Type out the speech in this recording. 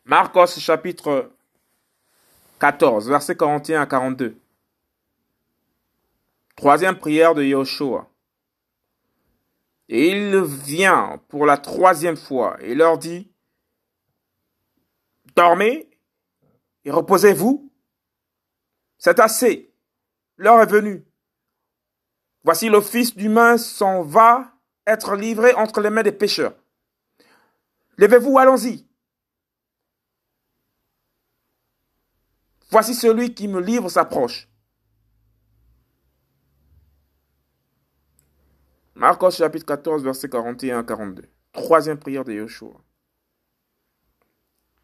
Marcos chapitre 14, versets 41 à 42. Troisième prière de Yahushua. Et il vient pour la troisième fois et leur dit, dormez et reposez-vous. C'est assez. L'heure est venue. Voici le Fils d'humain s'en va être livré entre les mains des pécheurs. Levez-vous, allons-y. Voici celui qui me livre s'approche. Marcos chapitre 14, versets 41 à 42. Troisième prière de Yahushua.